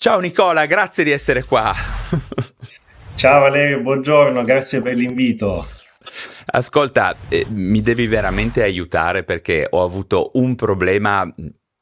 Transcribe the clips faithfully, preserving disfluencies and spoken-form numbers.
Ciao Nicola, grazie di essere qua. Ciao Valerio, buongiorno, grazie per l'invito. Ascolta, eh, mi devi veramente aiutare perché ho avuto un problema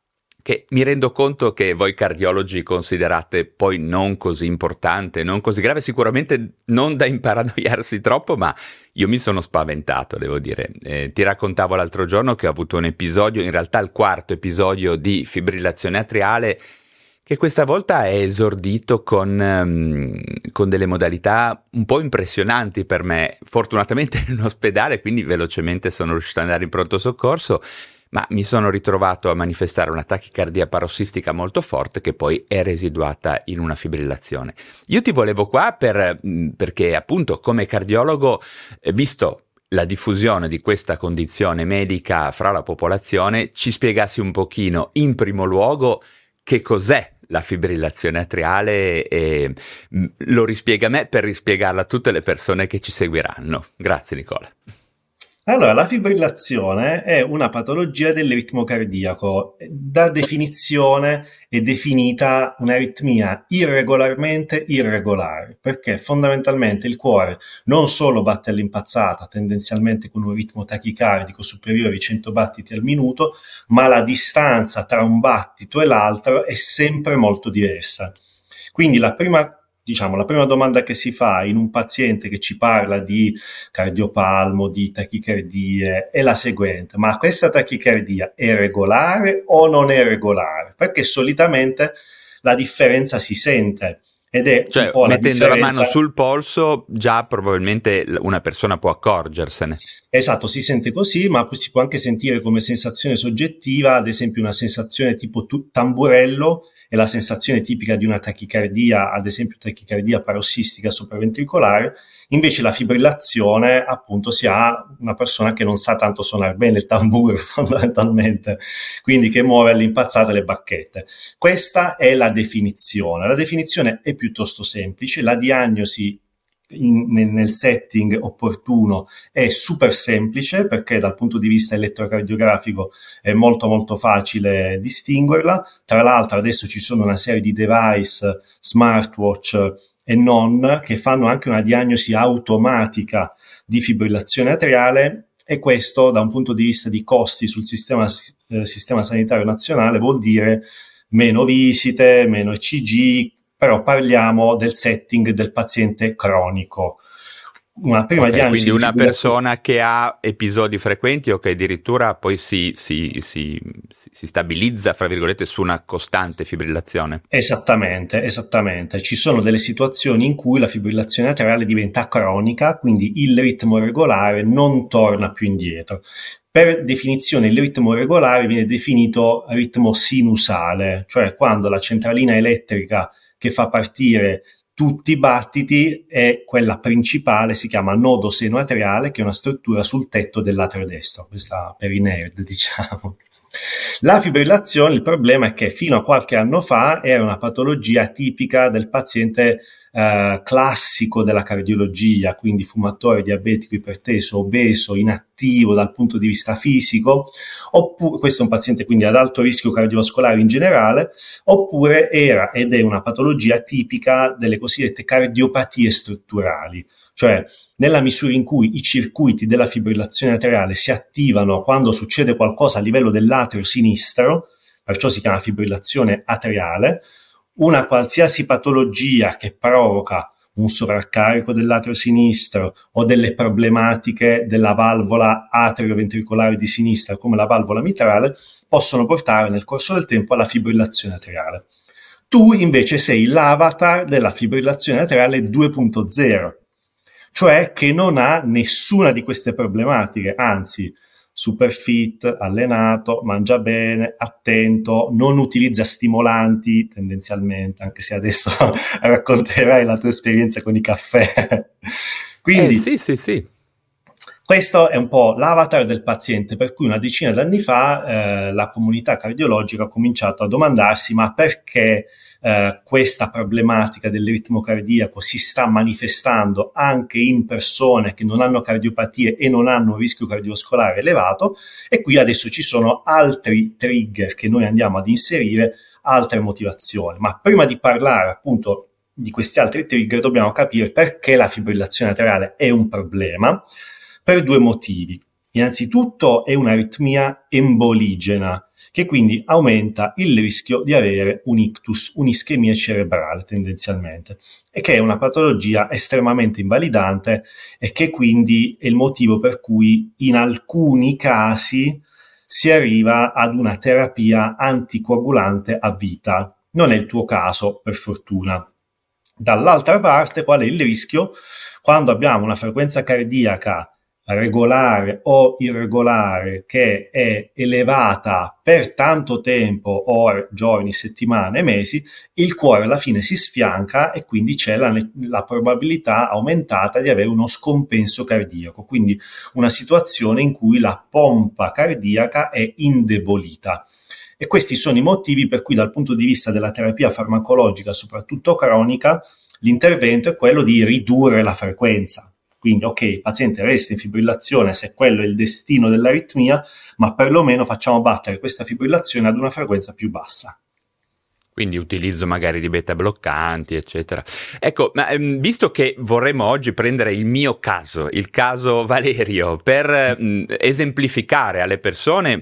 che mi rendo conto che voi cardiologi considerate poi non così importante, non così grave, sicuramente non da imparanoiarsi troppo, ma io mi sono spaventato, devo dire. Eh, ti raccontavo l'altro giorno che ho avuto un episodio, in realtà il quarto episodio di fibrillazione atriale, che questa volta è esordito con, um, con delle modalità un po' impressionanti per me. Fortunatamente in ospedale, quindi velocemente sono riuscito ad andare in pronto soccorso, ma mi sono ritrovato a manifestare una tachicardia parossistica molto forte che poi è residuata in una fibrillazione. Io ti volevo qua per, perché appunto come cardiologo, eh, visto la diffusione di questa condizione medica fra la popolazione, ci spiegassi un pochino in primo luogo che cos'è la fibrillazione atriale e mh, lo rispiega a me per rispiegarla a tutte le persone che ci seguiranno. Grazie Nicola. Allora, la fibrillazione è una patologia del ritmo cardiaco. Da definizione è definita un'aritmia irregolarmente irregolare, perché fondamentalmente il cuore non solo batte all'impazzata, tendenzialmente con un ritmo tachicardico superiore ai cento battiti al minuto, ma la distanza tra un battito e l'altro è sempre molto diversa. Quindi la prima Diciamo, la prima domanda che si fa in un paziente che ci parla di cardiopalmo, di tachicardie, è la seguente: ma questa tachicardia è regolare o non è regolare? Perché solitamente la differenza si sente, ed è un Cioè, po' la mettendo la mano differenza. sul polso, già probabilmente una persona può accorgersene. Esatto, si sente così, ma si può anche sentire come sensazione soggettiva, ad esempio una sensazione tipo tu- tamburello, è la sensazione tipica di una tachicardia, ad esempio tachicardia parossistica sopraventricolare. Invece la fibrillazione, appunto, si ha una persona che non sa tanto suonare bene il tamburo fondamentalmente, quindi che muove all'impazzata le bacchette. Questa è la definizione. La definizione è piuttosto semplice, la diagnosi in, nel setting opportuno è super semplice, perché dal punto di vista elettrocardiografico è molto molto facile distinguerla. Tra l'altro adesso ci sono una serie di device, smartwatch e non, che fanno anche una diagnosi automatica di fibrillazione atriale, e questo da un punto di vista di costi sul sistema, eh, sistema sanitario nazionale vuol dire meno visite, meno E C G. Però parliamo del setting del paziente cronico. Una prima Ok, diagnosi quindi di una fibrillazione. persona che ha episodi frequenti o che addirittura poi si, si, si, si stabilizza, fra virgolette, su una costante fibrillazione. Esattamente, esattamente. Ci sono delle situazioni in cui la fibrillazione atriale diventa cronica, quindi il ritmo regolare non torna più indietro. Per definizione il ritmo regolare viene definito ritmo sinusale, cioè quando la centralina elettrica che fa partire tutti i battiti è quella principale, si chiama nodo seno-atriale, che è una struttura sul tetto dell'atrio destro, questa per i nerd, diciamo. La fibrillazione, il problema è che fino a qualche anno fa era una patologia tipica del paziente eh, classico della cardiologia, quindi fumatore, diabetico, iperteso, obeso, inattivo dal punto di vista fisico, oppure, questo è un paziente quindi ad alto rischio cardiovascolare in generale, oppure era ed è una patologia tipica delle cosiddette cardiopatie strutturali, cioè nella misura in cui i circuiti della fibrillazione atriale si attivano quando succede qualcosa a livello dell'atrio sinistro, perciò si chiama fibrillazione atriale. Una qualsiasi patologia che provoca un sovraccarico dell'atrio sinistro o delle problematiche della valvola atrioventricolare di sinistra, come la valvola mitrale, possono portare nel corso del tempo alla fibrillazione atriale. Tu invece sei l'avatar della fibrillazione atriale due punto zero, cioè che non ha nessuna di queste problematiche, anzi super fit, allenato, mangia bene, attento, non utilizza stimolanti tendenzialmente, anche se adesso racconterai la tua esperienza con i caffè. Eh Quindi sì, sì, sì. questo è un po' l'avatar del paziente, per cui una decina d'anni fa eh, la comunità cardiologica ha cominciato a domandarsi: ma perché eh, questa problematica del ritmo cardiaco si sta manifestando anche in persone che non hanno cardiopatie e non hanno un rischio cardiovascolare elevato? E qui adesso ci sono altri trigger che noi andiamo ad inserire altre motivazioni. Ma prima di parlare appunto di questi altri trigger dobbiamo capire perché la fibrillazione atriale è un problema, per due motivi. Innanzitutto è un'aritmia emboligena, che quindi aumenta il rischio di avere un ictus, un'ischemia cerebrale tendenzialmente, e che è una patologia estremamente invalidante e che quindi è il motivo per cui in alcuni casi si arriva ad una terapia anticoagulante a vita. Non è il tuo caso, per fortuna. Dall'altra parte, qual è il rischio? Quando abbiamo una frequenza cardiaca regolare o irregolare che è elevata per tanto tempo, ore, giorni, settimane, mesi, il cuore alla fine si sfianca e quindi c'è la, la probabilità aumentata di avere uno scompenso cardiaco, quindi una situazione in cui la pompa cardiaca è indebolita. E questi sono i motivi per cui dal punto di vista della terapia farmacologica, soprattutto cronica, l'intervento è quello di ridurre la frequenza. Quindi, ok, il paziente resta in fibrillazione se quello è il destino dell'aritmia, ma perlomeno facciamo battere questa fibrillazione ad una frequenza più bassa. Quindi utilizzo magari di beta bloccanti, eccetera. Ecco, ma ehm, visto che vorremmo oggi prendere il mio caso, il caso Valerio, per mh, esemplificare alle persone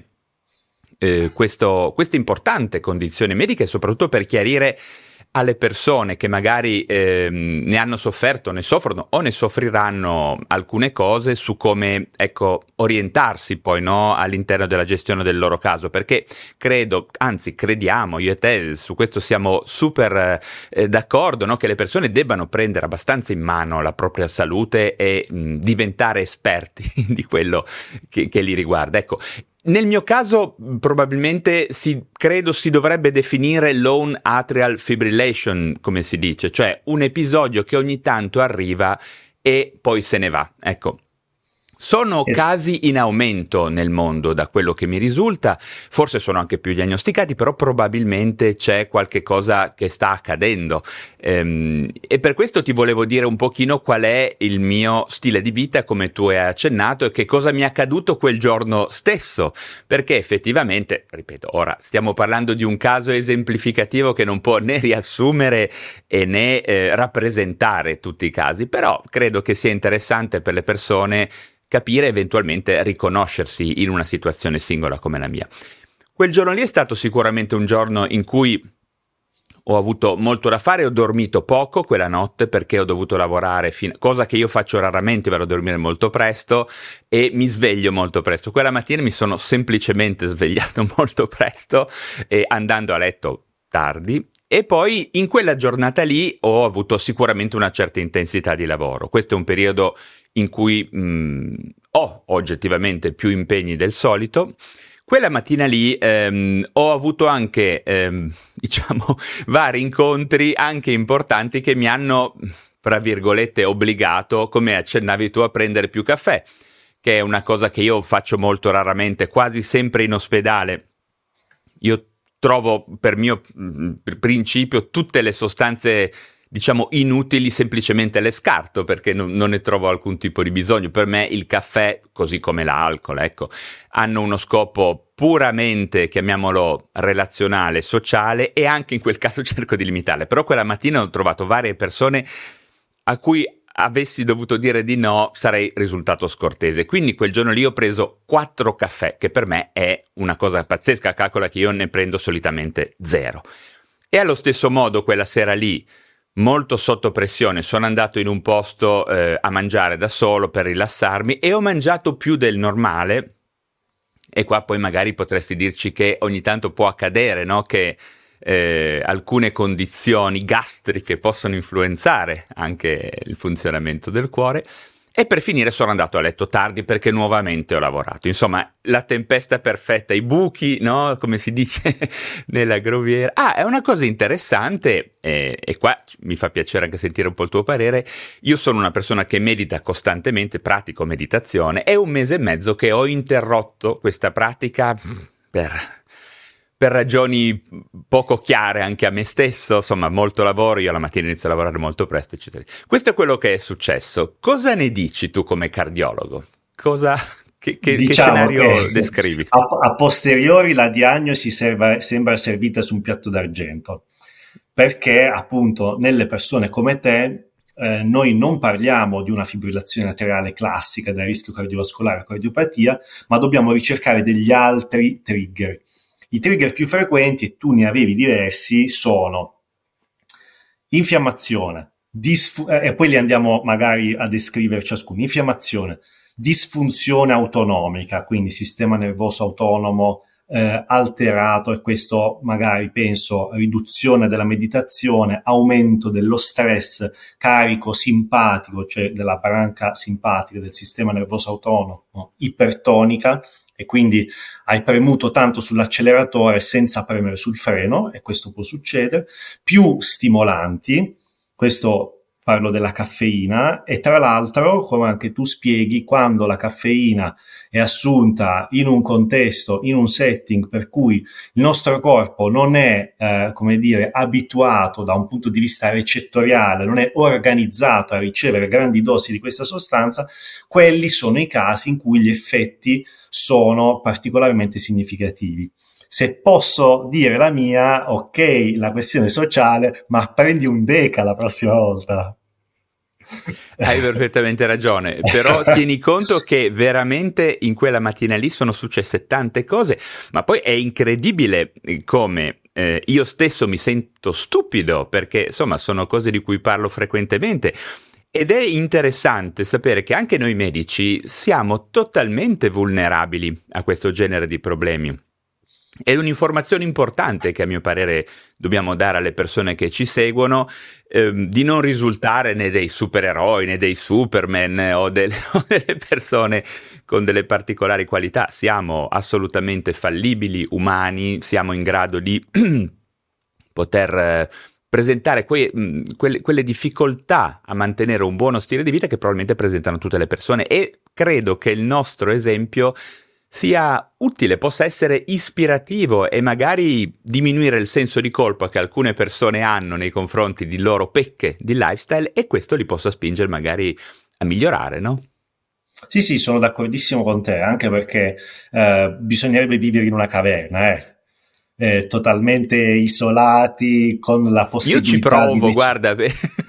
eh, questo, questa importante condizione medica e soprattutto per chiarire alle persone che magari ehm, ne hanno sofferto, ne soffrono o ne soffriranno alcune cose su come, ecco, orientarsi poi, no, all'interno della gestione del loro caso, perché credo, anzi crediamo, io e te su questo siamo super eh, d'accordo, no, che le persone debbano prendere abbastanza in mano la propria salute e mh, diventare esperti di quello che, che li riguarda. Ecco, nel mio caso probabilmente si, credo si dovrebbe definire lone atrial fibrillation, come si dice, cioè un episodio che ogni tanto arriva e poi se ne va. Ecco, sono es- casi in aumento nel mondo da quello che mi risulta, forse sono anche più diagnosticati, però probabilmente c'è qualche cosa che sta accadendo. Ehm, e per questo ti volevo dire un pochino qual è il mio stile di vita, come tu hai accennato, e che cosa mi è accaduto quel giorno stesso, perché effettivamente, ripeto, ora stiamo parlando di un caso esemplificativo che non può né riassumere e né eh, rappresentare tutti i casi, però credo che sia interessante per le persone capire, eventualmente riconoscersi in una situazione singola come la mia. Quel giorno lì è stato sicuramente un giorno in cui ho avuto molto da fare, ho dormito poco quella notte perché ho dovuto lavorare, fino, cosa che io faccio raramente, vado a dormire molto presto e mi sveglio molto presto. Quella mattina mi sono semplicemente svegliato molto presto e andando a letto tardi. E poi in quella giornata lì ho avuto sicuramente una certa intensità di lavoro. Questo è un periodo in cui mh, ho oggettivamente più impegni del solito. Quella mattina lì ehm, ho avuto anche, ehm, diciamo, vari incontri anche importanti che mi hanno, tra virgolette, obbligato, come accennavi tu, a prendere più caffè, che è una cosa che io faccio molto raramente, quasi sempre in ospedale. Io trovo per mio per principio tutte le sostanze, diciamo, inutili, semplicemente le scarto perché non, non ne trovo alcun tipo di bisogno. Per me il caffè, così come l'alcol, ecco, hanno uno scopo puramente, chiamiamolo, relazionale, sociale, e anche in quel caso cerco di limitarle. Però quella mattina ho trovato varie persone a cui avessi dovuto dire di no sarei risultato scortese, quindi quel giorno lì ho preso quattro caffè, che per me è una cosa pazzesca, calcola che io ne prendo solitamente zero. E allo stesso modo quella sera lì, molto sotto pressione, sono andato in un posto eh, a mangiare da solo per rilassarmi e ho mangiato più del normale. E qua poi magari potresti dirci che ogni tanto può accadere, no? Che eh, alcune condizioni gastriche possono influenzare anche il funzionamento del cuore. E per finire sono andato a letto tardi perché nuovamente ho lavorato. Insomma, la tempesta perfetta, i buchi, no? Come si dice nella groviera. Ah, è una cosa interessante, eh, e qua mi fa piacere anche sentire un po' il tuo parere. Io sono una persona che medita costantemente, pratico meditazione. È un mese e mezzo che ho interrotto questa pratica per... per ragioni poco chiare anche a me stesso, insomma molto lavoro, io la mattina inizio a lavorare molto presto, eccetera. Questo è quello che è successo. Cosa ne dici tu come cardiologo? Cosa, che, che, che Diciamo scenario che descrivi? a, a posteriori la diagnosi serva- sembra servita su un piatto d'argento, perché appunto nelle persone come te eh, noi non parliamo di una fibrillazione atriale classica da rischio cardiovascolare o cardiopatia, ma dobbiamo ricercare degli altri trigger. I trigger più frequenti, e tu ne avevi diversi, sono infiammazione, disfu- eh, e poi li andiamo magari a descrivere ciascuno. Infiammazione, disfunzione autonomica, quindi sistema nervoso autonomo eh, alterato, e questo magari penso riduzione della meditazione, aumento dello stress, carico simpatico, cioè della branca simpatica del sistema nervoso autonomo, no? Ipertonica, e quindi hai premuto tanto sull'acceleratore senza premere sul freno, e questo può succedere. Più stimolanti, questo parlo della caffeina, e tra l'altro, come anche tu spieghi, quando la caffeina è assunta in un contesto, in un setting per cui il nostro corpo non è, eh, come dire, abituato da un punto di vista recettoriale, non è organizzato a ricevere grandi dosi di questa sostanza, quelli sono i casi in cui gli effetti sono particolarmente significativi. Se posso dire la mia, ok, la questione sociale, ma prendi un Deca la prossima volta. Hai perfettamente ragione, però tieni conto che veramente in quella mattina lì sono successe tante cose, ma poi è incredibile come eh, io stesso mi sento stupido, perché insomma sono cose di cui parlo frequentemente. Ed è interessante sapere che anche noi medici siamo totalmente vulnerabili a questo genere di problemi. È un'informazione importante che a mio parere dobbiamo dare alle persone che ci seguono, ehm, di non risultare né dei supereroi né dei Superman o delle, o delle persone con delle particolari qualità. Siamo assolutamente fallibili, umani, siamo in grado di poter eh, presentare que- mh, quelle, quelle difficoltà a mantenere un buono stile di vita che probabilmente presentano tutte le persone, e credo che il nostro esempio sia utile, possa essere ispirativo e magari diminuire il senso di colpa che alcune persone hanno nei confronti di loro pecche di lifestyle, e questo li possa spingere magari a migliorare, no? Sì, sì, sono d'accordissimo con te, anche perché eh, bisognerebbe vivere in una caverna, eh. Eh, totalmente isolati, con la Io ci possibilità di provo, dec- guarda,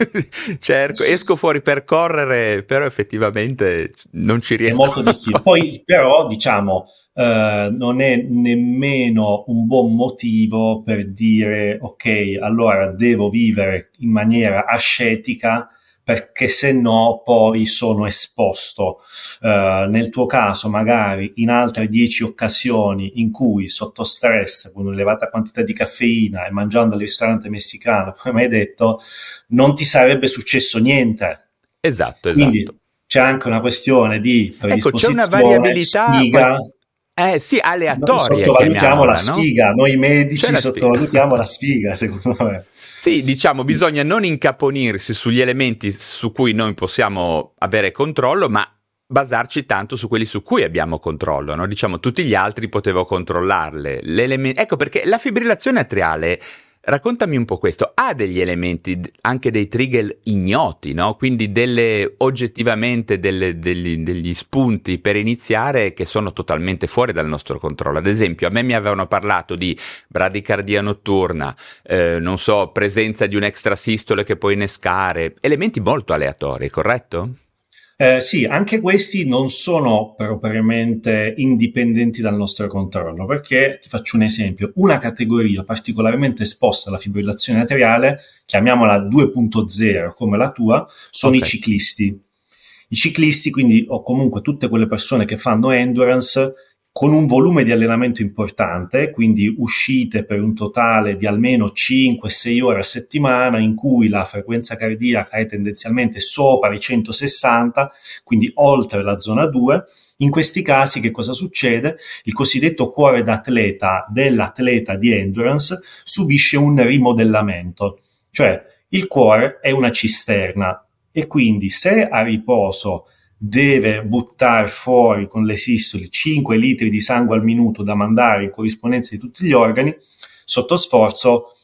cerco, esco fuori per correre, però effettivamente non ci è riesco. molto difficile. Poi però, diciamo, eh, non è nemmeno un buon motivo per dire ok, allora devo vivere in maniera ascetica, perché se no poi sono esposto. Eh, nel tuo caso magari in altre dieci occasioni in cui sotto stress, con un'elevata quantità di caffeina e mangiando al ristorante messicano, come hai detto, non ti sarebbe successo niente. Esatto, esatto. Quindi c'è anche una questione di Ecco, c'è una predisposizione, variabilità, ma sfiga. eh sì, Noi aleatoria, sottovalutiamo la chiamiamola, no? sfiga, noi C'è medici la sfida. sottovalutiamo la sfiga, secondo me. Sì, diciamo, bisogna non incaponirsi sugli elementi su cui noi possiamo avere controllo, ma basarci tanto su quelli su cui abbiamo controllo, no? Diciamo, tutti gli altri potevo controllarle. L'elemen- ecco perché la fibrillazione atriale, raccontami un po' questo, ha degli elementi, anche dei trigger ignoti, no? Quindi delle, oggettivamente delle, degli, degli spunti per iniziare che sono totalmente fuori dal nostro controllo. Ad esempio, a me mi avevano parlato di bradicardia notturna, eh, non so, presenza di un'extrasistole che può innescare, elementi molto aleatori, corretto? Eh, sì, anche questi non sono propriamente indipendenti dal nostro controllo, perché ti faccio un esempio: una categoria particolarmente esposta alla fibrillazione atriale, chiamiamola due punto zero come la tua, sono Ok. i ciclisti. I ciclisti, quindi, o comunque tutte quelle persone che fanno endurance con un volume di allenamento importante, quindi uscite per un totale di almeno cinque sei ore a settimana, in cui la frequenza cardiaca è tendenzialmente sopra i centosessanta, quindi oltre la zona due. In questi casi che cosa succede? Il cosiddetto cuore d'atleta dell'atleta di endurance subisce un rimodellamento, cioè il cuore è una cisterna, e quindi se a riposo deve buttare fuori con le sistoli cinque litri di sangue al minuto da mandare in corrispondenza di tutti gli organi, sotto sforzo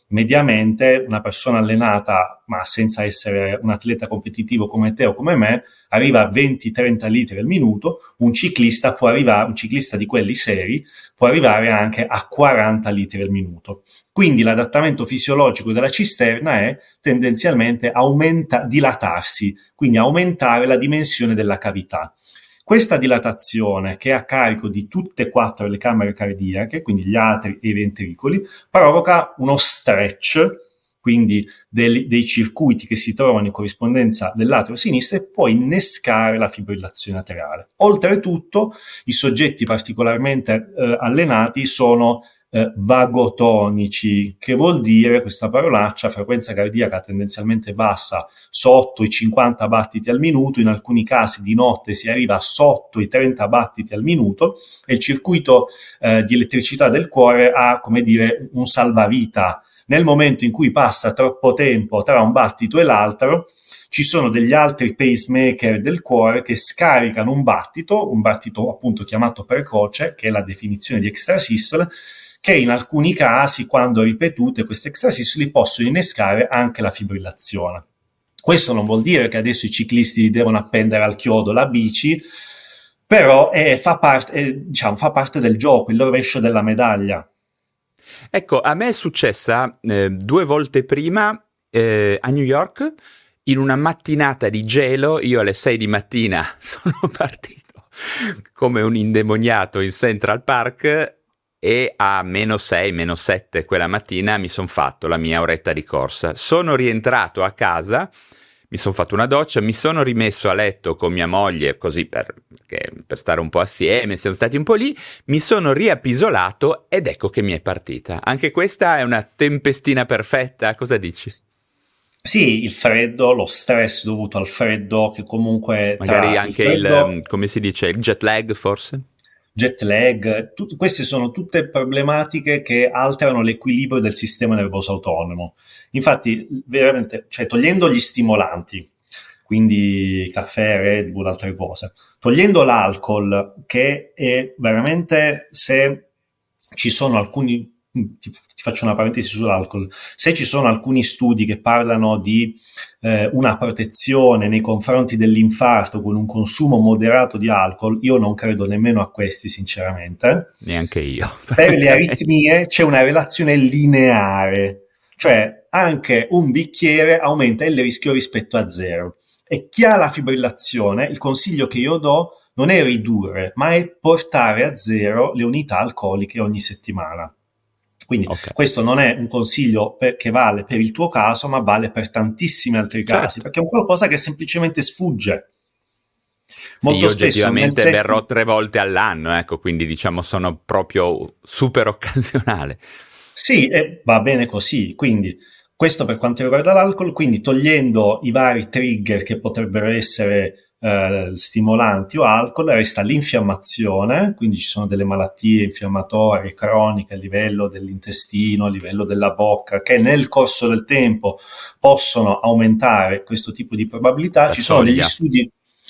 mediamente una persona allenata, ma senza essere un atleta competitivo come te o come me, arriva a venti trenta litri al minuto. Un ciclista può arrivare, un ciclista di quelli seri, può arrivare anche a quaranta litri al minuto. Quindi l'adattamento fisiologico della cisterna è tendenzialmente aumenta, dilatarsi, quindi aumentare la dimensione della cavità. Questa dilatazione, che è a carico di tutte e quattro le camere cardiache, quindi gli atri e i ventricoli, provoca uno stretch, quindi dei, dei circuiti che si trovano in corrispondenza dell'atrio sinistro, e può innescare la fibrillazione atriale. Oltretutto, i soggetti particolarmente eh, allenati sono eh, vagotonici, che vuol dire, questa parolaccia, frequenza cardiaca tendenzialmente bassa, sotto i cinquanta battiti al minuto, in alcuni casi di notte si arriva sotto i trenta battiti al minuto, e il circuito eh, di elettricità del cuore ha, come dire, un salvavita. Nel momento in cui passa troppo tempo tra un battito e l'altro, ci sono degli altri pacemaker del cuore che scaricano un battito, un battito appunto chiamato precoce, che è la definizione di extrasistole, che in alcuni casi, quando ripetute, queste extrasistoli possono innescare anche la fibrillazione. Questo non vuol dire che adesso i ciclisti devono appendere al chiodo la bici, però è, fa, parte, è, diciamo, fa parte del gioco, il rovescio della medaglia. Ecco, a me è successa eh, due volte prima eh, a New York, in una mattinata di gelo. Io alle sei di mattina sono partito come un indemoniato in Central Park, e a meno sei, meno sette quella mattina mi sono fatto la mia oretta di corsa. Sono rientrato a casa, mi sono fatto una doccia, mi sono rimesso a letto con mia moglie, così per, per stare un po' assieme, siamo stati un po' lì, mi sono riappisolato ed ecco che mi è partita. Anche questa è una tempestina perfetta, cosa dici? Sì, il freddo, lo stress dovuto al freddo, che comunque... Magari anche il, freddo, il, come si dice, il jet lag forse? Jet lag, tut- queste sono tutte problematiche che alterano l'equilibrio del sistema nervoso autonomo. Infatti, veramente, cioè togliendo gli stimolanti, quindi caffè, Red Bull, altre cose, togliendo l'alcol, che è veramente, se ci sono alcuni, ti, ti faccio una parentesi sull'alcol, se ci sono alcuni studi che parlano di eh, una protezione nei confronti dell'infarto con un consumo moderato di alcol, io non credo nemmeno a questi, sinceramente. Neanche io. Per le aritmie c'è una relazione lineare, cioè anche un bicchiere aumenta il rischio rispetto a zero. E chi ha la fibrillazione, il consiglio che io do non è ridurre, ma è portare a zero le unità alcoliche ogni settimana. Quindi okay. Questo non è un consiglio per, che vale per il tuo caso, ma vale per tantissimi altri certo. casi, perché è un qualcosa che semplicemente sfugge. Molto sì, io oggettivamente set... berrò tre volte all'anno, ecco, quindi diciamo sono proprio super occasionale. Sì, e va bene così, quindi questo per quanto riguarda l'alcol, quindi togliendo i vari trigger che potrebbero essere eh, stimolanti o alcol, resta l'infiammazione, quindi ci sono delle malattie infiammatorie croniche a livello dell'intestino, a livello della bocca, che nel corso del tempo possono aumentare questo tipo di probabilità. Ci sono degli studi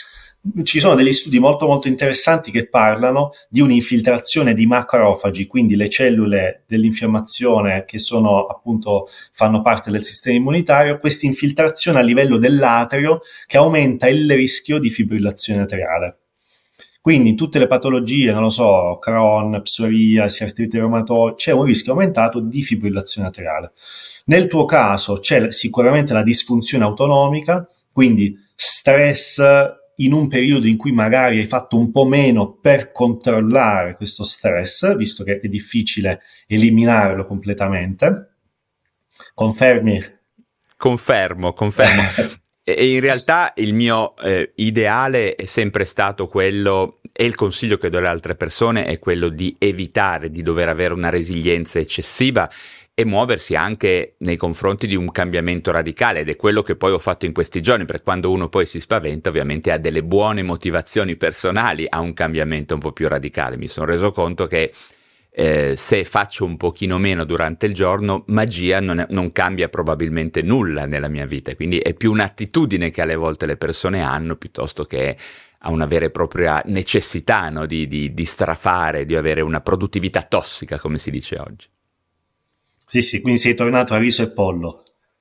Ci sono degli studi molto molto interessanti che parlano di un'infiltrazione di macrofagi, quindi le cellule dell'infiammazione che sono appunto fanno parte del sistema immunitario, questa infiltrazione a livello dell'atrio che aumenta il rischio di fibrillazione atriale. Quindi in tutte le patologie, non lo so, Crohn, psoriasi, artrite reumatoide, c'è un rischio aumentato di fibrillazione atriale. Nel tuo caso c'è sicuramente la disfunzione autonomica, quindi stress in un periodo in cui magari hai fatto un po' meno per controllare questo stress, visto che è difficile eliminarlo completamente. Confermi? Confermo, confermo. E in realtà il mio eh, ideale è sempre stato quello, e il consiglio che do alle altre persone è quello di evitare di dover avere una resilienza eccessiva e muoversi anche nei confronti di un cambiamento radicale, ed è quello che poi ho fatto in questi giorni, perché quando uno poi si spaventa ovviamente ha delle buone motivazioni personali a un cambiamento un po' più radicale. Mi sono reso conto che eh, se faccio un pochino meno durante il giorno, magia non, è, non cambia probabilmente nulla nella mia vita, quindi è più un'attitudine che alle volte le persone hanno piuttosto che a una vera e propria necessità, no? di, di, di strafare, di avere una produttività tossica, come si dice oggi. Sì, sì, quindi sei tornato a riso e pollo.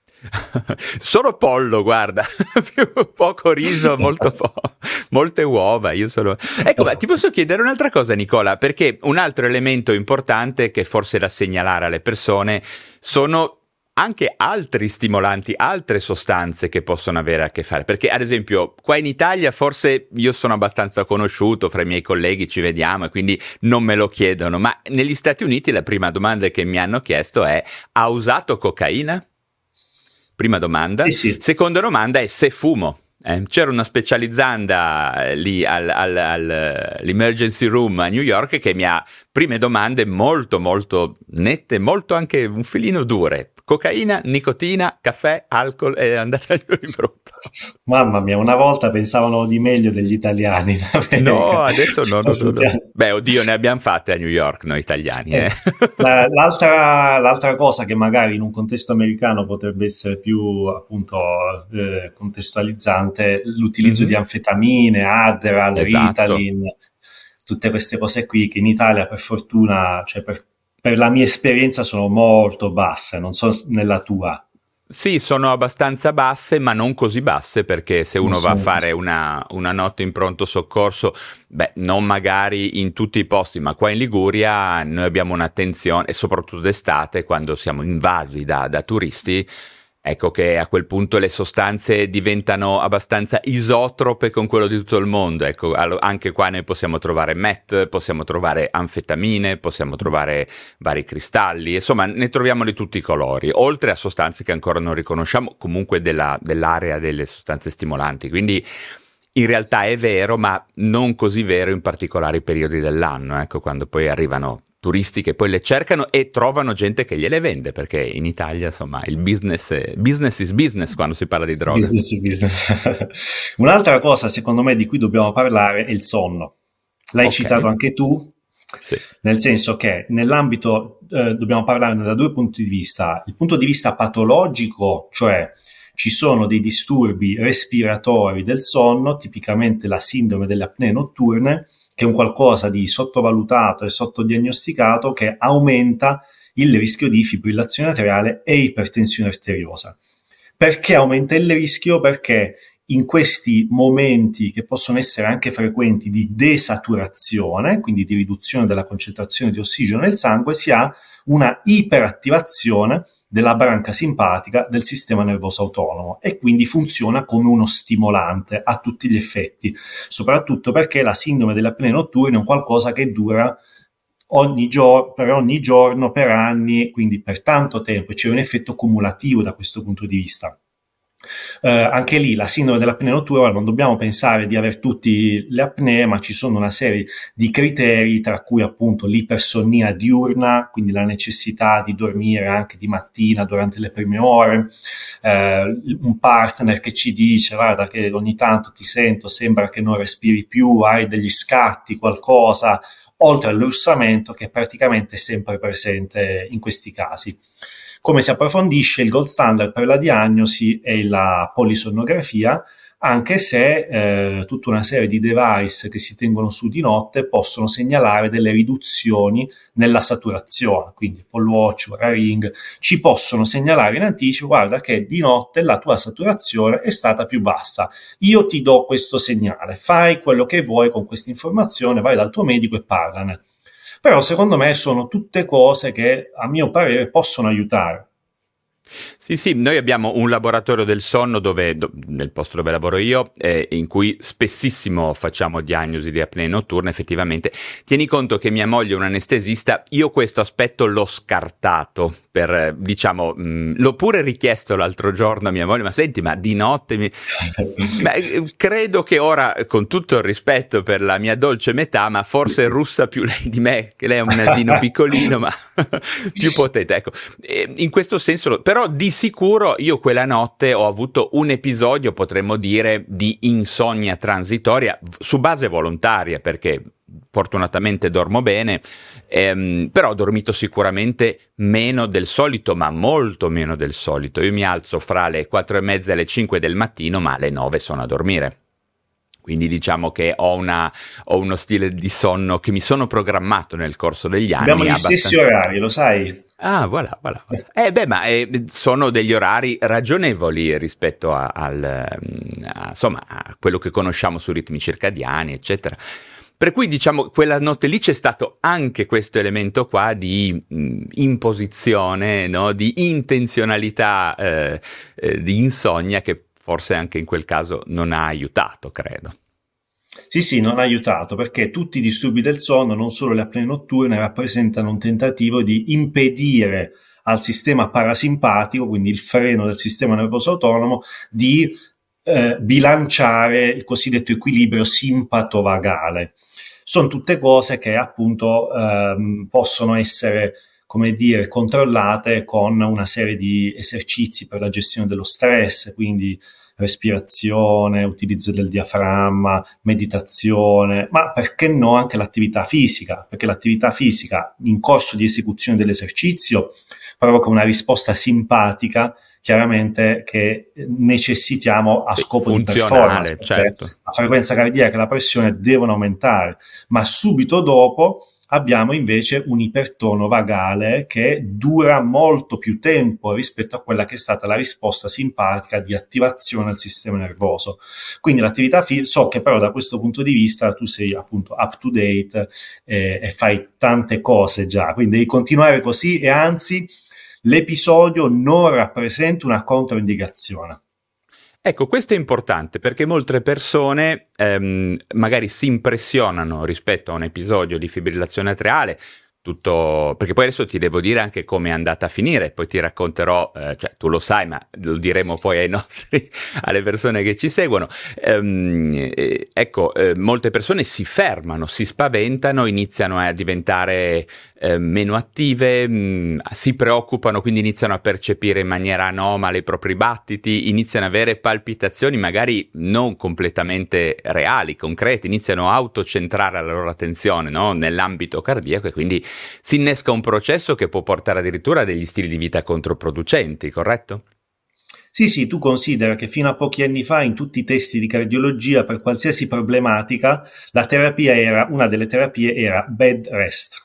Solo pollo, guarda, più poco riso, molto po- molte uova. Io sono... Ecco, ma ti posso chiedere un'altra cosa, Nicola, perché un altro elemento importante che forse è da segnalare alle persone sono anche altri stimolanti, altre sostanze che possono avere a che fare. Perché, ad esempio, qua in Italia forse io sono abbastanza conosciuto, fra i miei colleghi ci vediamo e quindi non me lo chiedono, ma negli Stati Uniti la prima domanda che mi hanno chiesto è: ha usato cocaina? Prima domanda. Sì, sì. Seconda domanda è se fumo. Eh, c'era una specializzanda eh, lì al, al, al, all'emergency room a New York che mi ha prime domande molto molto nette, molto anche un filino dure. Cocaina, nicotina, caffè, alcol, è andata giù in brutto. Mamma mia, una volta pensavano di meglio degli italiani in America. No, adesso no, no, no, no. Beh, oddio, ne abbiamo fatte a New York noi italiani. Eh. Eh, la- l'altra, l'altra cosa che magari in un contesto americano potrebbe essere più appunto eh, contestualizzante, l'utilizzo di Mhm. anfetamine, Adderall, Esatto. Ritalin, tutte queste cose qui che in Italia per fortuna, cioè per, per la mia esperienza sono molto basse, non so s- nella tua. Sì, sono abbastanza basse, ma non così basse, perché se Non uno va a sono fare così. una, una notte in pronto soccorso, beh, non magari in tutti i posti, ma qua in Liguria noi abbiamo un'attenzione, e soprattutto d'estate, quando siamo invasi da, da turisti, ecco che a quel punto le sostanze diventano abbastanza isotrope con quello di tutto il mondo. Ecco, allo- anche qua noi possiamo trovare meth, possiamo trovare anfetamine, possiamo trovare vari cristalli, insomma ne troviamo di tutti i colori, oltre a sostanze che ancora non riconosciamo, comunque della- dell'area delle sostanze stimolanti, quindi in realtà è vero, ma non così vero in particolari periodi dell'anno, ecco, quando poi arrivano turisti che poi le cercano e trovano gente che gliele vende, perché in Italia, insomma, il business, è, business is business quando si parla di droga. Business to business. Un'altra cosa, secondo me, di cui dobbiamo parlare è il sonno. L'hai Ok, citato anche tu, sì. nel senso che nell'ambito, eh, dobbiamo parlarne da due punti di vista. Il punto di vista patologico, cioè ci sono dei disturbi respiratori del sonno, tipicamente la sindrome delle apnee notturne, che è un qualcosa di sottovalutato e sottodiagnosticato che aumenta il rischio di fibrillazione atriale e ipertensione arteriosa. Perché aumenta il rischio? Perché in questi momenti che possono essere anche frequenti di desaturazione, quindi di riduzione della concentrazione di ossigeno nel sangue, si ha una iperattivazione della branca simpatica del sistema nervoso autonomo e quindi funziona come uno stimolante a tutti gli effetti, soprattutto perché la sindrome delle apnee notturne è un qualcosa che dura ogni giorno, per ogni giorno, per anni, quindi per tanto tempo, e c'è un effetto cumulativo da questo punto di vista. Eh, anche lì la sindrome dell'apnea notturna, non dobbiamo pensare di avere tutte le apnee, ma ci sono una serie di criteri, tra cui appunto l'ipersonnia diurna, quindi la necessità di dormire anche di mattina durante le prime ore, eh, un partner che ci dice guarda che ogni tanto ti sento, sembra che non respiri più, hai degli scatti, qualcosa, oltre all'ursamento che è praticamente sempre presente in questi casi. Come si approfondisce, il gold standard per la diagnosi è la polisonnografia, anche se eh, tutta una serie di device che si tengono su di notte possono segnalare delle riduzioni nella saturazione, quindi Apple Watch, Oura Ring, ci possono segnalare in anticipo, guarda che di notte la tua saturazione è stata più bassa, io ti do questo segnale, fai quello che vuoi con questa informazione, vai dal tuo medico e parlane. Però secondo me sono tutte cose che a mio parere possono aiutare. Sì, sì, noi abbiamo un laboratorio del sonno dove, do- nel posto dove lavoro io, eh, in cui spessissimo facciamo diagnosi di apnee notturne, effettivamente. Tieni conto che mia moglie è un anestesista, io questo aspetto l'ho scartato, per, eh, diciamo, mh, l'ho pure richiesto l'altro giorno a mia moglie, ma senti, ma di notte mi... Beh, eh, credo che ora, con tutto il rispetto per la mia dolce metà, ma forse russa più lei di me, che lei è un nasino piccolino, ma più potente, ecco. E in questo senso, però di sicuro io quella notte ho avuto un episodio, potremmo dire, di insonnia transitoria su base volontaria, perché fortunatamente dormo bene, ehm, però ho dormito sicuramente meno del solito, ma molto meno del solito. Io mi alzo fra le quattro e mezza e le cinque del mattino, ma alle nove sono a dormire. Quindi diciamo che ho, una, ho uno stile di sonno che mi sono programmato nel corso degli anni. Abbiamo gli abbastanza... stessi orari, lo sai? Ah, voilà, voilà, voilà. Eh beh, ma eh, sono degli orari ragionevoli rispetto a, al, a, insomma, a quello che conosciamo sui ritmi circadiani, eccetera. Per cui diciamo quella notte lì c'è stato anche questo elemento qua di mh, imposizione, no? Di intenzionalità, eh, eh, di insonnia che forse anche in quel caso non ha aiutato, credo. Sì, sì, non ha aiutato perché tutti i disturbi del sonno, non solo le apnee notturne, rappresentano un tentativo di impedire al sistema parasimpatico, quindi il freno del sistema nervoso autonomo, di eh, bilanciare il cosiddetto equilibrio simpato-vagale. Sono tutte cose che appunto ehm, possono essere, come dire, controllate con una serie di esercizi per la gestione dello stress, quindi respirazione, utilizzo del diaframma, meditazione, ma perché no anche l'attività fisica, perché l'attività fisica in corso di esecuzione dell'esercizio provoca una risposta simpatica, chiaramente, che necessitiamo a scopo di performance, certo. La frequenza cardiaca e la pressione devono aumentare, ma subito dopo abbiamo invece un ipertono vagale che dura molto più tempo rispetto a quella che è stata la risposta simpatica di attivazione del sistema nervoso. Quindi l'attività fisica, so che però da questo punto di vista tu sei appunto up to date eh, e fai tante cose già, quindi devi continuare così e anzi l'episodio non rappresenta una controindicazione. Ecco, questo è importante perché molte persone ehm, magari si impressionano rispetto a un episodio di fibrillazione atriale, tutto perché poi adesso ti devo dire anche come è andata a finire, poi ti racconterò, eh, cioè tu lo sai, ma lo diremo poi ai nostri, alle persone che ci seguono. Ehm, eh, ecco, eh, molte persone si fermano, si spaventano, iniziano a diventare eh, meno attive, mh, si preoccupano, quindi iniziano a percepire in maniera anomala i propri battiti, iniziano ad avere palpitazioni magari non completamente reali, concrete, iniziano a autocentrare la loro attenzione, no? Nell'ambito cardiaco, e quindi si innesca un processo che può portare addirittura a degli stili di vita controproducenti, corretto? Sì, sì, tu considera che fino a pochi anni fa in tutti i testi di cardiologia per qualsiasi problematica la terapia era, una delle terapie era bed rest,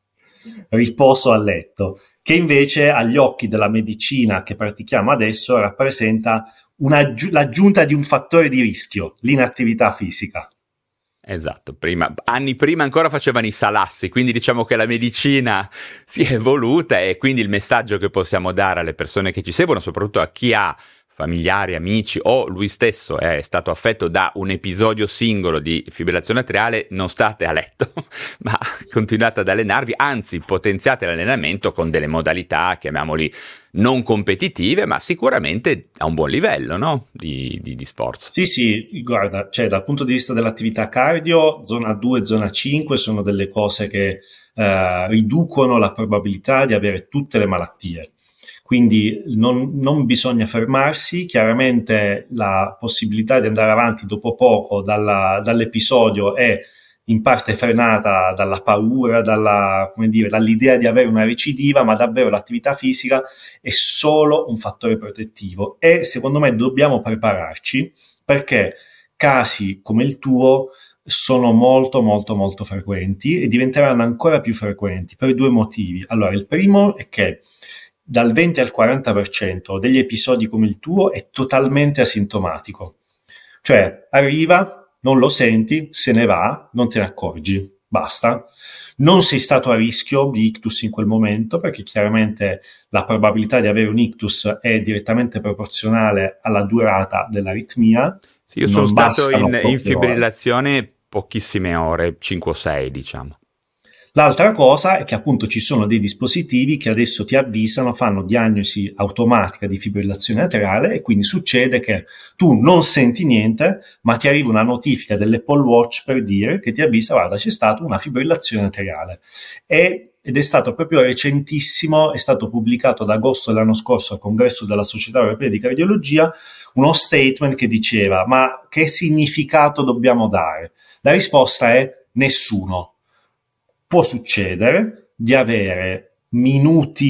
riposo a letto, che invece agli occhi della medicina che pratichiamo adesso rappresenta una, l'aggiunta di un fattore di rischio, l'inattività fisica. Esatto, prima, anni prima ancora facevano i salassi, quindi diciamo che la medicina si è evoluta e quindi il messaggio che possiamo dare alle persone che ci seguono, soprattutto a chi ha familiari, amici o lui stesso è stato affetto da un episodio singolo di fibrillazione atriale, non state a letto, ma continuate ad allenarvi, anzi potenziate l'allenamento con delle modalità, chiamiamoli non competitive, ma sicuramente a un buon livello, no? Di, di, di sforzo. Sì, sì, guarda, cioè dal punto di vista dell'attività cardio, zona due e zona cinque sono delle cose che eh, riducono la probabilità di avere tutte le malattie. Quindi non, non bisogna fermarsi, chiaramente la possibilità di andare avanti dopo poco dalla, dall'episodio è in parte frenata dalla paura, dalla, come dire, dall'idea di avere una recidiva, ma davvero l'attività fisica è solo un fattore protettivo e secondo me dobbiamo prepararci perché casi come il tuo sono molto molto molto frequenti e diventeranno ancora più frequenti per due motivi. Allora, il primo è che dal venti al quaranta per cento degli episodi come il tuo è totalmente asintomatico, cioè arriva, non lo senti, se ne va, non te ne accorgi, basta. Non sei stato a rischio di ictus in quel momento perché chiaramente la probabilità di avere un ictus è direttamente proporzionale alla durata dell'aritmia. Sì, io sono stato in, in fibrillazione pochissime ore, cinque o sei diciamo. L'altra cosa è che appunto ci sono dei dispositivi che adesso ti avvisano, fanno diagnosi automatica di fibrillazione atriale e quindi succede che tu non senti niente, ma ti arriva una notifica dell'Apple Watch per dire che ti avvisa, guarda, c'è stata una fibrillazione atriale. E, ed è stato proprio recentissimo, è stato pubblicato ad agosto dell'anno scorso al congresso della Società Europea di Cardiologia, uno statement che diceva, ma che significato dobbiamo dare? La risposta è nessuno. Può succedere di avere minuti,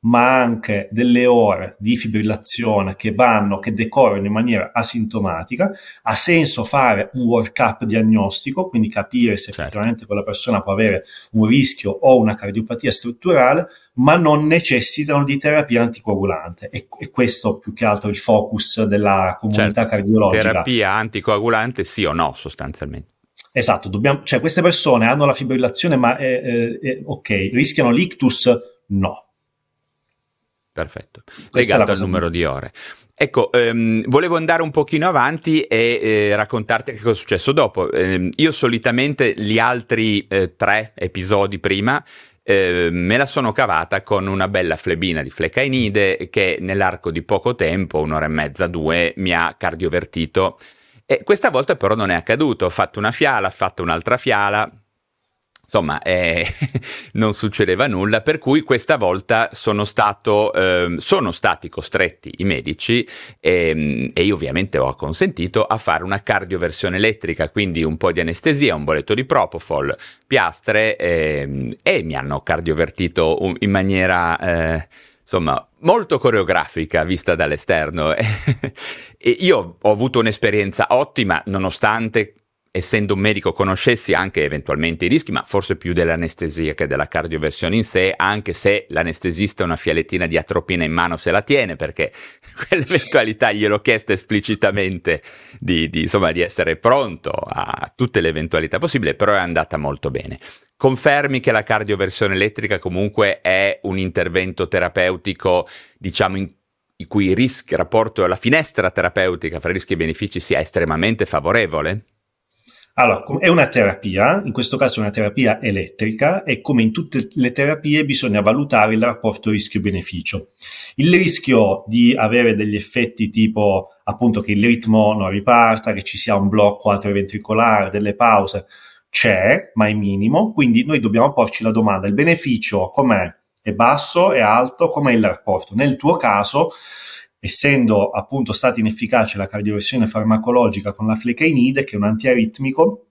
ma anche delle ore di fibrillazione che vanno, che decorrono in maniera asintomatica. Ha senso fare un workup diagnostico, quindi capire se certo. effettivamente quella persona può avere un rischio o una cardiopatia strutturale, ma non necessitano di terapia anticoagulante. E, e questo più che altro il focus della comunità certo. cardiologica. Terapia anticoagulante sì o no, sostanzialmente. Esatto, dobbiamo, cioè queste persone hanno la fibrillazione, ma eh, eh, ok, rischiano l'ictus? No. Perfetto, Questa legato al numero di ore. Ecco, ehm, volevo andare un pochino avanti e eh, raccontarti che cosa è successo dopo. Eh, io solitamente gli altri eh, tre episodi prima eh, me la sono cavata con una bella flebina di flecainide che nell'arco di poco tempo, un'ora e mezza, due, mi ha cardiovertito. E questa volta però non è accaduto, ho fatto una fiala, ho fatto un'altra fiala, insomma eh, non succedeva nulla, per cui questa volta sono stato, eh, sono stati costretti i medici e, e io ovviamente ho acconsentito a fare una cardioversione elettrica, quindi un po' di anestesia, un boletto di propofol, piastre eh, e mi hanno cardiovertito in maniera... Eh, insomma, molto coreografica vista dall'esterno. E io ho avuto un'esperienza ottima, nonostante, essendo un medico, conoscessi anche eventualmente i rischi, ma forse più dell'anestesia che della cardioversione in sé, anche se l'anestesista una fialettina di atropina in mano se la tiene, perché quell'eventualità gliel'ho chiesta esplicitamente di, di, insomma, di essere pronto a tutte le eventualità possibili, però è andata molto bene. Confermi che la cardioversione elettrica comunque è un intervento terapeutico, diciamo, in, in cui il rischio, il rapporto, la finestra terapeutica fra rischi e benefici sia estremamente favorevole? Allora, è una terapia, in questo caso è una terapia elettrica, e come in tutte le terapie bisogna valutare il rapporto rischio-beneficio. Il rischio di avere degli effetti tipo appunto che il ritmo non riparta, che ci sia un blocco atrioventricolare, delle pause, c'è, ma è minimo, quindi noi dobbiamo porci la domanda: il beneficio com'è? È basso, è alto, com'è il rapporto? Nel tuo caso, essendo appunto stata inefficace la cardioversione farmacologica con la flecainide, che è un antiaritmico,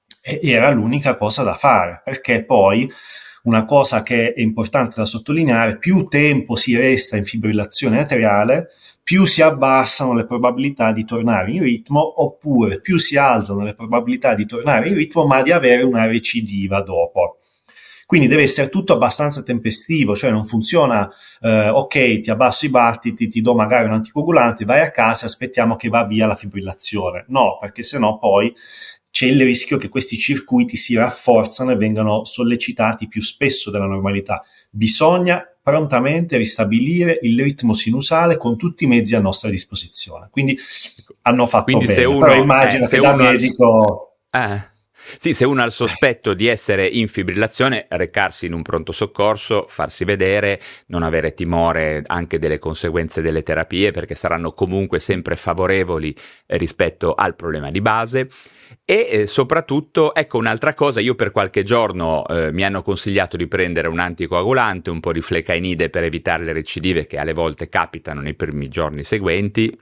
era l'unica cosa da fare, perché poi una cosa che è importante da sottolineare: più tempo si resta in fibrillazione atriale, più si abbassano le probabilità di tornare in ritmo, oppure più si alzano le probabilità di tornare in ritmo ma di avere una recidiva dopo. Quindi deve essere tutto abbastanza tempestivo, cioè non funziona eh, ok, ti abbasso i battiti, ti do magari un anticoagulante, vai a casa e aspettiamo che va via la fibrillazione. No, perché sennò poi c'è il rischio che questi circuiti si rafforzano e vengano sollecitati più spesso della normalità. Bisogna prontamente ristabilire il ritmo sinusale con tutti i mezzi a nostra disposizione. Quindi hanno fatto Quindi bene, se uno, però immagino eh, che se da uno medico... Ha... Eh. Sì, se uno ha il sospetto di essere in fibrillazione, recarsi in un pronto soccorso, farsi vedere, non avere timore anche delle conseguenze delle terapie, perché saranno comunque sempre favorevoli rispetto al problema di base. E eh, soprattutto, ecco un'altra cosa, io per qualche giorno eh, mi hanno consigliato di prendere un anticoagulante, un po' di flecainide per evitare le recidive che alle volte capitano nei primi giorni seguenti,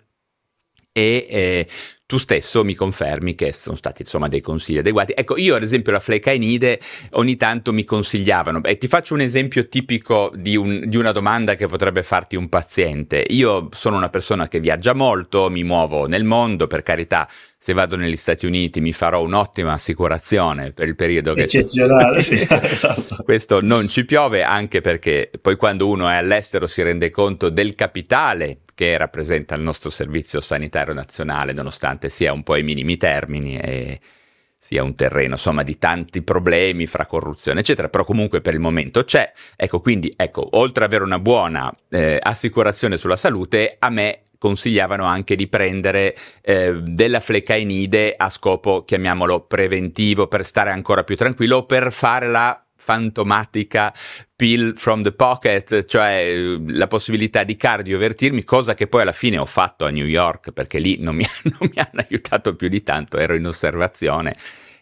e eh, tu stesso mi confermi che sono stati insomma dei consigli adeguati. Ecco, io ad esempio la flecainide ogni tanto mi consigliavano, e ti faccio un esempio tipico di, un, di una domanda che potrebbe farti un paziente. Io sono una persona che viaggia molto, mi muovo nel mondo, per carità, se vado negli Stati Uniti mi farò un'ottima assicurazione per il periodo che... Eccezionale, sì, esatto. Questo non ci piove, anche perché poi quando uno è all'estero si rende conto del capitale che rappresenta il nostro servizio sanitario nazionale, nonostante sia un po' ai minimi termini e sia un terreno insomma di tanti problemi fra corruzione eccetera, però comunque per il momento c'è. Ecco, quindi ecco, oltre ad avere una buona eh, assicurazione sulla salute, a me consigliavano anche di prendere eh, della flecainide a scopo, chiamiamolo preventivo, per stare ancora più tranquillo, per fare la fantomatica pill from the pocket, cioè la possibilità di cardiovertirmi, cosa che poi alla fine ho fatto a New York, perché lì non mi, non mi hanno aiutato più di tanto, ero in osservazione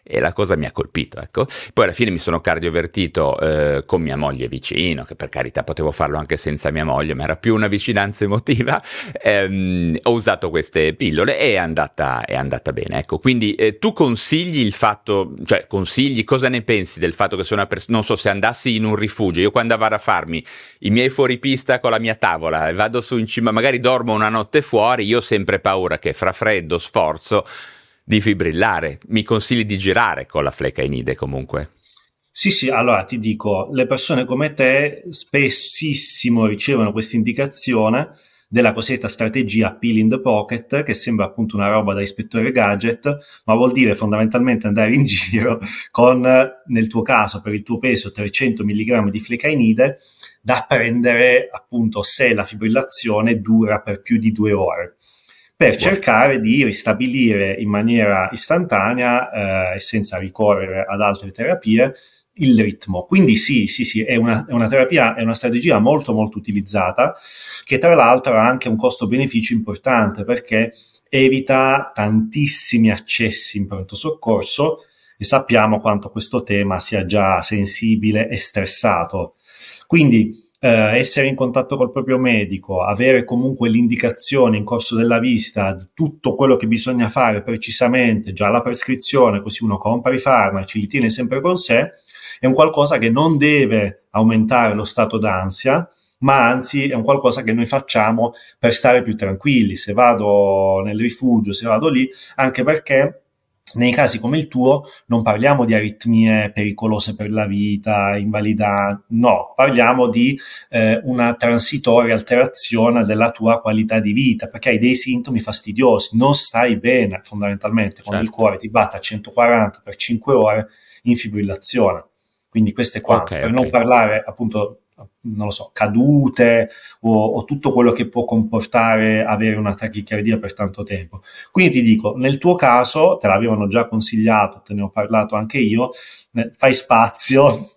e la cosa mi ha colpito, ecco. Poi alla fine mi sono cardiovertito eh, con mia moglie vicino, che per carità potevo farlo anche senza mia moglie, ma era più una vicinanza emotiva. Ehm, ho usato queste pillole e è andata, è andata bene, ecco. Quindi eh, tu consigli il fatto, cioè consigli, cosa ne pensi del fatto che sono una persona, non so, se andassi in un rifugio, io quando vado a farmi i miei fuoripista con la mia tavola e vado su in cima, magari dormo una notte fuori, io ho sempre paura che fra freddo, sforzo, di fibrillare. Mi consigli di girare con la flecainide comunque? Sì, sì, allora ti dico, le persone come te spessissimo ricevono questa indicazione della cosiddetta strategia pill in the pocket, che sembra appunto una roba da ispettore gadget, ma vuol dire fondamentalmente andare in giro con, nel tuo caso, per il tuo peso, trecento milligrammi di flecainide da prendere appunto se la fibrillazione dura per più di due ore, per cercare di ristabilire in maniera istantanea eh, e senza ricorrere ad altre terapie il ritmo. Quindi sì, sì, sì, è una, è una terapia, è una strategia molto molto utilizzata, che tra l'altro ha anche un costo-beneficio importante, perché evita tantissimi accessi in pronto soccorso, e sappiamo quanto questo tema sia già sensibile e stressato. Quindi eh, essere in contatto col proprio medico, avere comunque l'indicazione in corso della visita di tutto quello che bisogna fare precisamente, già la prescrizione, così uno compra i farmaci, li tiene sempre con sé, è un qualcosa che non deve aumentare lo stato d'ansia, ma anzi è un qualcosa che noi facciamo per stare più tranquilli. Se vado nel rifugio, se vado lì, anche perché nei casi come il tuo non parliamo di aritmie pericolose per la vita, invalidanti, no, parliamo di eh, una transitoria alterazione della tua qualità di vita, perché hai dei sintomi fastidiosi, non stai bene fondamentalmente, quando certo. Il cuore ti batte a centoquaranta per cinque ore in fibrillazione. Quindi questo è quanto, okay, per okay. non parlare appunto, non lo so, cadute o, o tutto quello che può comportare avere una tachicardia per tanto tempo. Quindi ti dico, nel tuo caso, te l'avevano già consigliato, te ne ho parlato anche io, fai spazio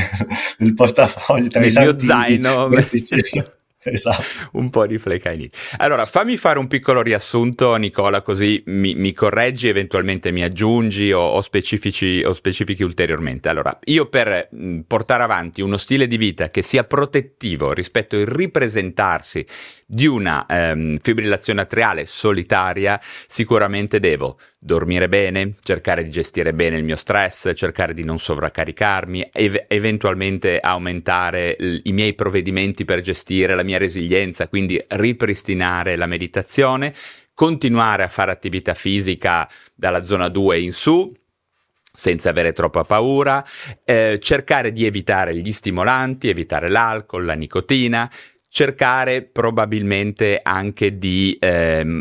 nel portafoglio tra nel i santini, mio zaino mettici, esatto. un po' di flecainide. Allora, fammi fare un piccolo riassunto, Nicola, così mi, mi correggi, eventualmente mi aggiungi o, o, specifici, o specifichi ulteriormente. Allora, io per mh, portare avanti uno stile di vita che sia protettivo rispetto al ripresentarsi di una ehm, fibrillazione atriale solitaria, sicuramente devo dormire bene, cercare di gestire bene il mio stress, cercare di non sovraccaricarmi, ev- eventualmente aumentare l- i miei provvedimenti per gestire la mia resilienza, quindi ripristinare la meditazione, continuare a fare attività fisica dalla zona due in su, senza avere troppa paura, eh, cercare di evitare gli stimolanti, evitare l'alcol, la nicotina, cercare probabilmente anche di ehm,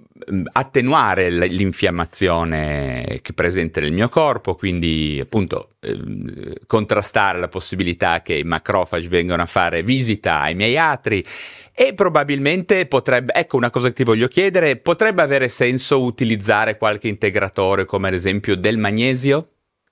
attenuare l'infiammazione che è presente nel mio corpo, quindi appunto ehm, contrastare la possibilità che i macrofagi vengano a fare visita ai miei atri, e probabilmente potrebbe, ecco una cosa che ti voglio chiedere, potrebbe avere senso utilizzare qualche integratore come ad esempio del magnesio?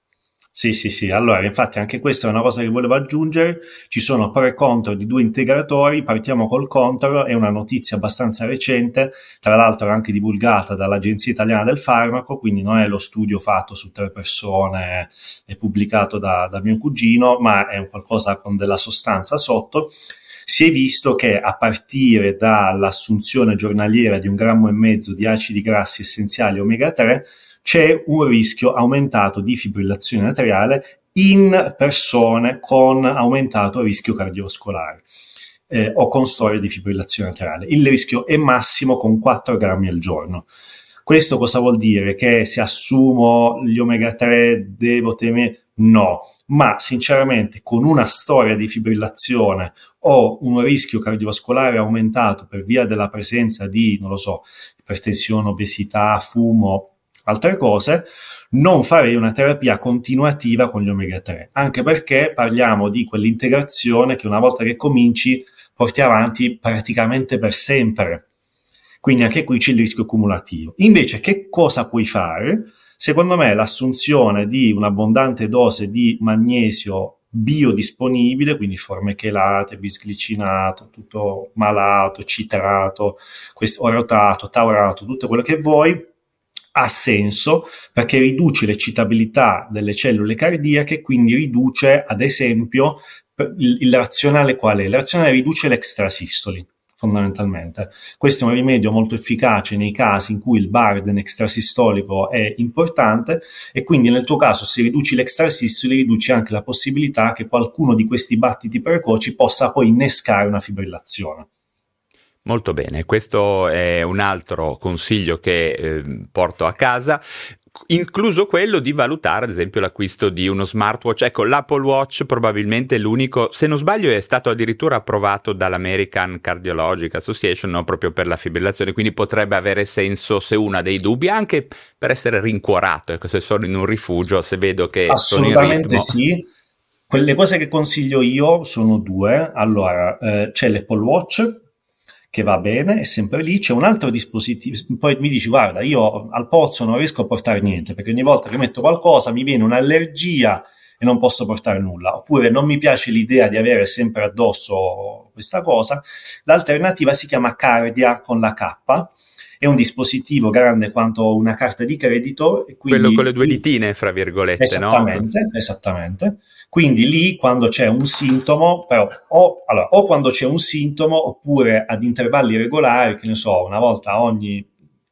Sì, sì, sì, allora infatti anche questa è una cosa che volevo aggiungere, ci sono pro e contro di due integratori, partiamo col contro, è una notizia abbastanza recente, tra l'altro anche divulgata dall'Agenzia Italiana del Farmaco, quindi non è lo studio fatto su tre persone e pubblicato da, da mio cugino, ma è un qualcosa con della sostanza sotto. Si è visto che a partire dall'assunzione giornaliera di un grammo e mezzo di acidi grassi essenziali omega tre c'è un rischio aumentato di fibrillazione atriale in persone con aumentato rischio cardiovascolare eh, o con storia di fibrillazione atriale. Il rischio è massimo con quattro grammi al giorno. Questo cosa vuol dire? Che se assumo gli omega tre devo temere? No, ma sinceramente con una storia di fibrillazione o un rischio cardiovascolare aumentato per via della presenza di, non lo so, ipertensione, obesità, fumo, altre cose, non farei una terapia continuativa con gli omega tre, anche perché parliamo di quell'integrazione che una volta che cominci porti avanti praticamente per sempre. Quindi anche qui c'è il rischio cumulativo. Invece che cosa puoi fare? Secondo me l'assunzione di un'abbondante dose di magnesio biodisponibile, quindi forme chelate, bisglicinato, tutto malato, citrato, orotato, taurato, tutto quello che vuoi, Ha senso perché riduce l'eccitabilità delle cellule cardiache, quindi riduce, ad esempio, il, il razionale qual è? Il razionale riduce l'extrasistoli, fondamentalmente. Questo è un rimedio molto efficace nei casi in cui il burden extrasistolico è importante, e quindi nel tuo caso, se riduci l'extrasistoli, riduci anche la possibilità che qualcuno di questi battiti precoci possa poi innescare una fibrillazione. Molto bene, questo è un altro consiglio che eh, porto a casa, incluso quello di valutare ad esempio l'acquisto di uno smartwatch. Ecco, l'Apple Watch probabilmente è l'unico, se non sbaglio è stato addirittura approvato dall'American Cardiological Association, no, proprio per la fibrillazione, quindi potrebbe avere senso se uno ha dei dubbi, anche per essere rincuorato, ecco, se sono in un rifugio, se vedo che sono in ritmo. Assolutamente sì. Quelle cose che consiglio io sono due. Allora, eh, c'è l'Apple Watch, che va bene, è sempre lì. C'è un altro dispositivo, poi mi dici guarda, io al pozzo non riesco a portare niente perché ogni volta che metto qualcosa mi viene un'allergia e non posso portare nulla, oppure non mi piace l'idea di avere sempre addosso questa cosa. L'alternativa si chiama Cardia con la K, è un dispositivo grande quanto una carta di credito, e quindi quello con le due ditine, fra virgolette, esattamente, no? Esattamente. Quindi lì quando c'è un sintomo, però, o, allora, o quando c'è un sintomo, oppure ad intervalli regolari, che ne so, una volta ogni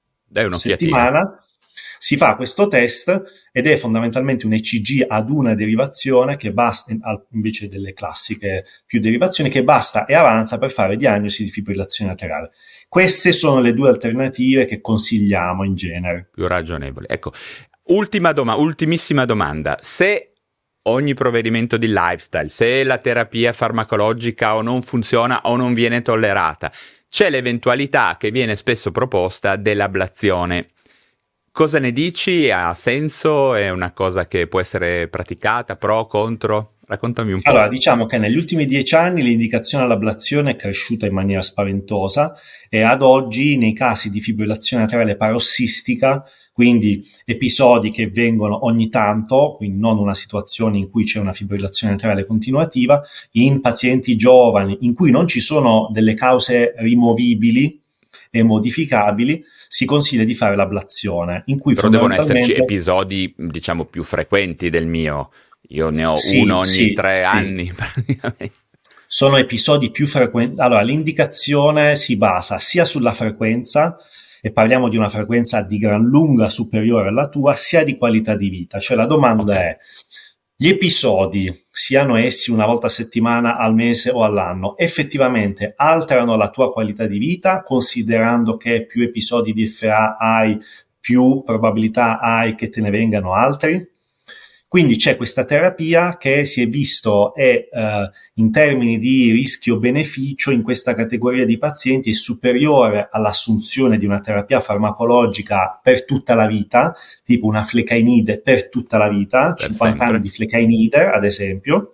settimana, si fa questo test, ed è fondamentalmente un E C G ad una derivazione che basta, invece delle classiche più derivazioni, che basta e avanza per fare diagnosi di fibrillazione laterale. Queste sono le due alternative che consigliamo in genere. Più ragionevoli. Ecco, ultima domanda, ultimissima domanda. Se ogni provvedimento di lifestyle, se la terapia farmacologica o non funziona o non viene tollerata, c'è l'eventualità che viene spesso proposta dell'ablazione. Cosa ne dici? Ha senso? È una cosa che può essere praticata? Pro, contro? Raccontami un po'. Allora, diciamo che negli ultimi dieci anni l'indicazione all'ablazione è cresciuta in maniera spaventosa, e ad oggi nei casi di fibrillazione laterale parossistica, quindi episodi che vengono ogni tanto, quindi non una situazione in cui c'è una fibrillazione laterale continuativa, in pazienti giovani in cui non ci sono delle cause rimovibili e modificabili, si consiglia di fare l'ablazione, in cui però devono fondamentalmente... esserci episodi, diciamo, più frequenti del mio. Io ne ho sì, uno ogni sì, tre sì. anni praticamente. Sono episodi più frequenti. Allora, l'indicazione si basa sia sulla frequenza, e parliamo di una frequenza di gran lunga superiore alla tua, sia di qualità di vita. Cioè la domanda okay. è: gli episodi, siano essi una volta a settimana, al mese o all'anno, effettivamente alterano la tua qualità di vita, considerando che più episodi di F A hai, più probabilità hai che te ne vengano altri? Quindi c'è questa terapia che si è visto è, eh, in termini di rischio-beneficio in questa categoria di pazienti è superiore all'assunzione di una terapia farmacologica per tutta la vita, tipo una flecainide per tutta la vita, per cinquanta sempre. Anni di flecainide ad esempio,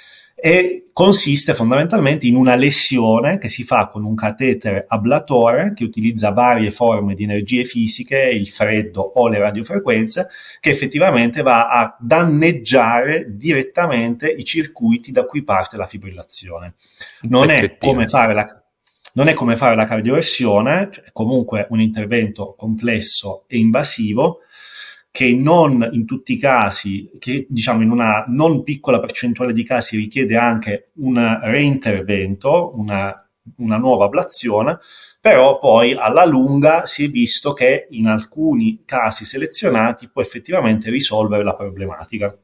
e consiste fondamentalmente in una lesione che si fa con un catetere ablatore che utilizza varie forme di energie fisiche, il freddo o le radiofrequenze, che effettivamente va a danneggiare direttamente i circuiti da cui parte la fibrillazione. Non è come fare la non è come fare la cardioversione, cioè è comunque un intervento complesso e invasivo, che non in tutti i casi, che diciamo in una non piccola percentuale di casi richiede anche un reintervento, una, una nuova ablazione, però poi alla lunga si è visto che in alcuni casi selezionati può effettivamente risolvere la problematica.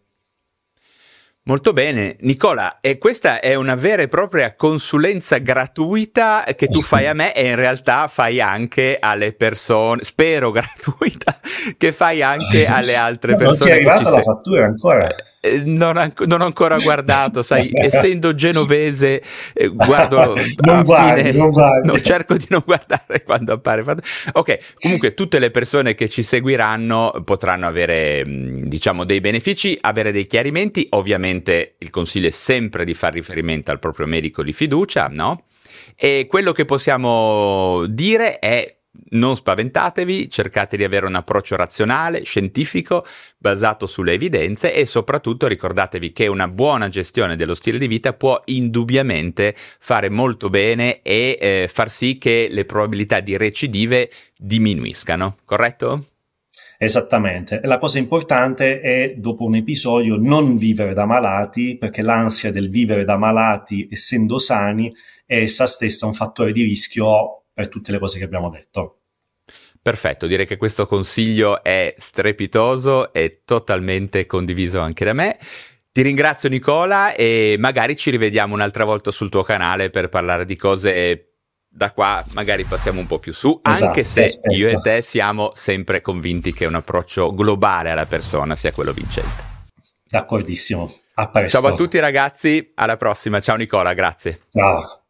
Molto bene, Nicola, e questa è una vera e propria consulenza gratuita che tu fai a me e in realtà fai anche alle persone, spero gratuita, che fai anche alle altre persone. Non ti è arrivata la fattura ancora? Eh, non, an- non ho ancora guardato, sai, essendo genovese, eh, guardo non a guardi, fine, non guardi. No, cerco di non guardare quando appare. Ok, comunque tutte le persone che ci seguiranno potranno avere, diciamo, dei benefici, avere dei chiarimenti. Ovviamente il consiglio è sempre di far riferimento al proprio medico di fiducia, no? E quello che possiamo dire è: non spaventatevi, cercate di avere un approccio razionale, scientifico, basato sulle evidenze, e soprattutto ricordatevi che una buona gestione dello stile di vita può indubbiamente fare molto bene e eh, far sì che le probabilità di recidive diminuiscano, corretto? Esattamente. E la cosa importante è, dopo un episodio, non vivere da malati, perché l'ansia del vivere da malati, essendo sani, è essa stessa un fattore di rischio per tutte le cose che abbiamo detto. Perfetto, direi che questo consiglio è strepitoso e totalmente condiviso anche da me. Ti ringrazio Nicola e magari ci rivediamo un'altra volta sul tuo canale per parlare di cose da qua, magari passiamo un po' più su, Esatto, anche se aspetta. io e te siamo sempre convinti che un approccio globale alla persona sia quello vincente. D'accordissimo. A presto. Ciao a tutti ragazzi, alla prossima. Ciao Nicola, grazie. Ciao.